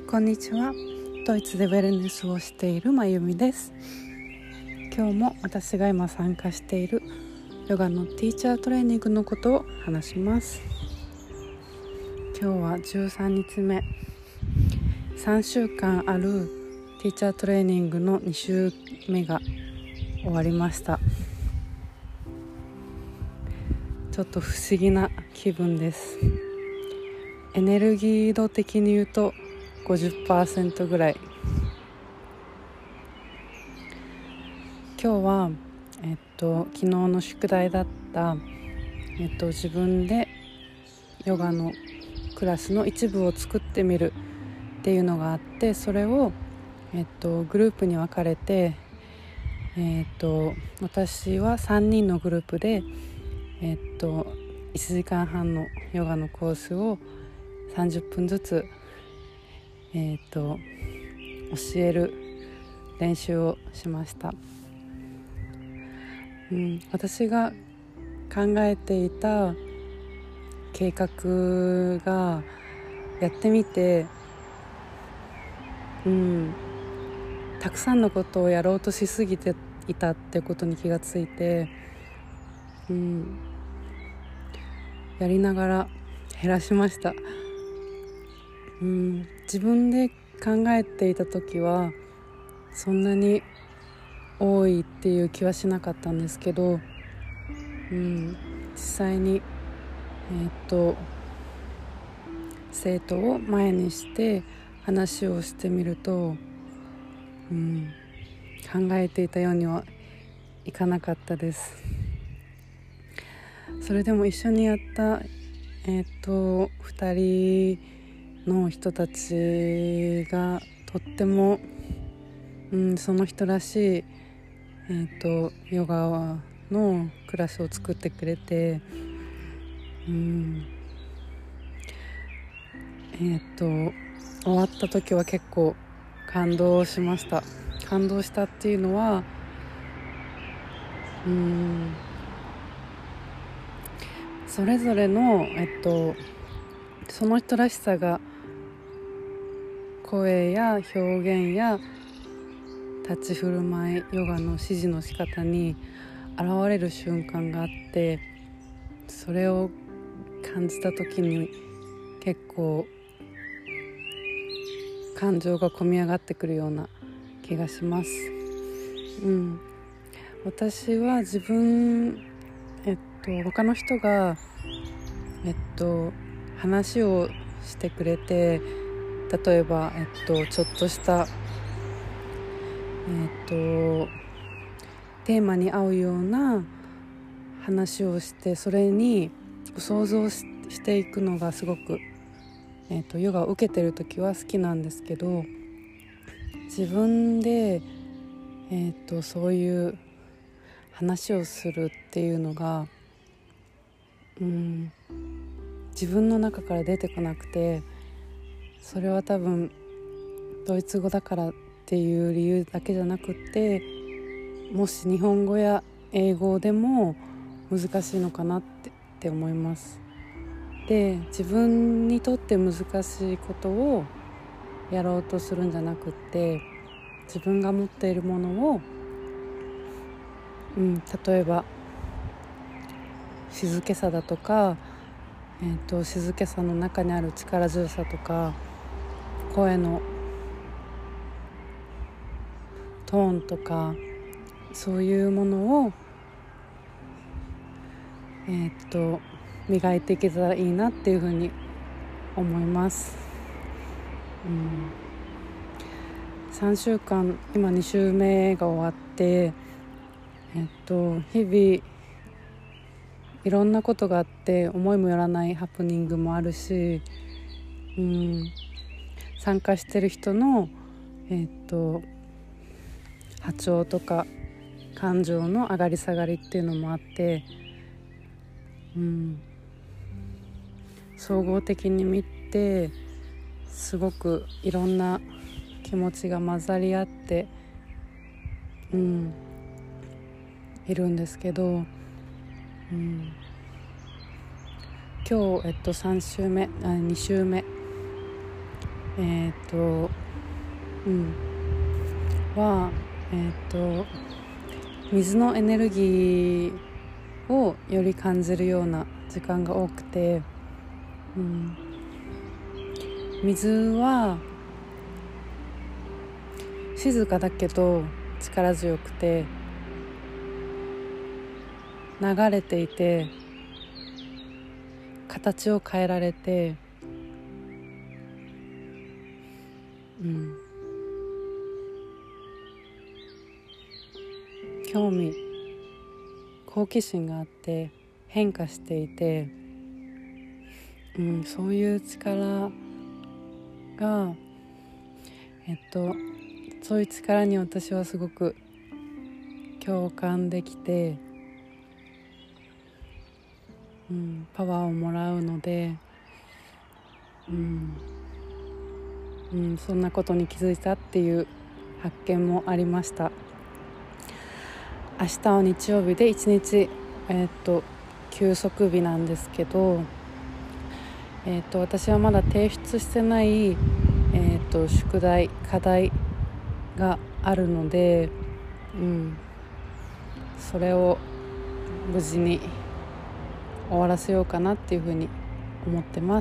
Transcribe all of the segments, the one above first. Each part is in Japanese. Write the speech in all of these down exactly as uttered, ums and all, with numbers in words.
こんにちは。ドイツでウェルネスをしているまゆみです。今日も私が今参加しているヨガのティーチャートレーニングのことを話します。今日はじゅうさんにちめ、さんしゅうかんあるティーチャートレーニングのに週目が終わりました。ちょっと不思議な気分です。エネルギー度的に言うと ごじゅっパーセント ぐらい。今日は、えっと、昨日の宿題だった、えっと、自分でヨガのクラスの一部を作ってみるっていうのがあって、それを、えっと、グループに分かれて、えっと、私はさんにんのグループで、えっと、いちじかんはんのヨガのコースをさんじゅっぷんずつ、えっと、教える練習をしました。うん、私が考えていた計画がやってみて、うん、たくさんのことをやろうとしすぎていたってことに気がついて、うん、やりながら減らしました。うん、自分で考えていた時はそんなに多いっていう気はしなかったんですけど、うん、実際に、えー、っと生徒を前にして話をしてみると、うん、考えていたようにはいかなかったです。それでも一緒にやった、えー、っとふたりの人たちがとっても、うん、その人らしい、えー、とヨガのクラスを作ってくれて、うん、えー、と終わった時は結構感動しました。感動したっていうのは、うん、それぞれの、えっと、その人らしさが声や表現や立ち振る舞い、ヨガの指示の仕方に現れる瞬間があって、それを感じた時に結構感情がこみ上がってくるような気がします。うん、私は自分、えっと、他の人が、えっと、話をしてくれて、例えば、えっと、ちょっとした、えっと、テーマに合うような話をして、それに想像 し, していくのがすごく、えっと、ヨガを受けてる時は好きなんですけど、自分で、えっと、そういう話をするっていうのが、うん、自分の中から出てこなくて、それは多分ドイツ語だからっていう理由だけじゃなくて、もし日本語や英語でも難しいのかなって、って思います。で、自分にとって難しいことをやろうとするんじゃなくって、自分が持っているものを、うん、例えば静けさだとか、えーと、静けさの中にある力強さとか、声のトーンとか、そういうものを、えーと、磨いていけたらいいなっていうふうに思います。うん、さんしゅうかん、今に週目が終わって、えっと、日々いろんなことがあって、思いもよらないハプニングもあるし、うん、参加してる人の、えっと、波長とか感情の上がり下がりっていうのもあって、うん、総合的に見てすごくいろんな気持ちが混ざり合って、うん、いるんですけど、うん、今日、えっと、さん週目あに週目えっ、ー、とうんはえっ、ー、と水のエネルギーをより感じるような時間が多くて、うん、水は静かだけど力強くて流れていて形を変えられて、うん、興味好奇心があって変化していて、うん、そういう力がえっとそういう力に私はすごく共感できて、うん、パワーをもらうので、うんうん、そんなことに気づいたっていう発見もありました。明日は日曜日で一日、えー、っと休息日なんですけど、えー、っと私はまだ提出してない、えー、っと宿題課題があるので、うん、それを無事に終わらせようかなっていうふうに思ってます。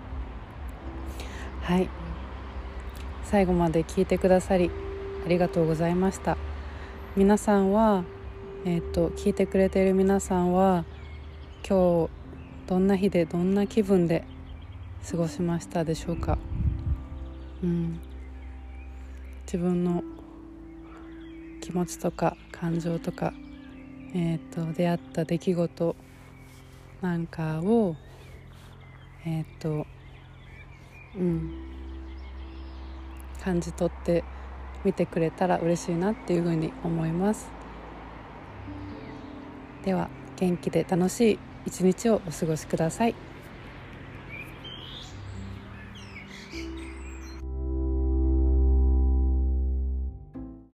はい、最後まで聞いてくださりありがとうございました。皆さんは、えー、と聞いてくれている皆さんは今日どんな日でどんな気分で過ごしましたでしょうか。うん、自分の気持ちとか感情とか、えー、と出会った出来事なんかをえっ、とうん感じ取ってみてくれたら嬉しいなっていうふうに思います。では元気で楽しい一日をお過ごしください。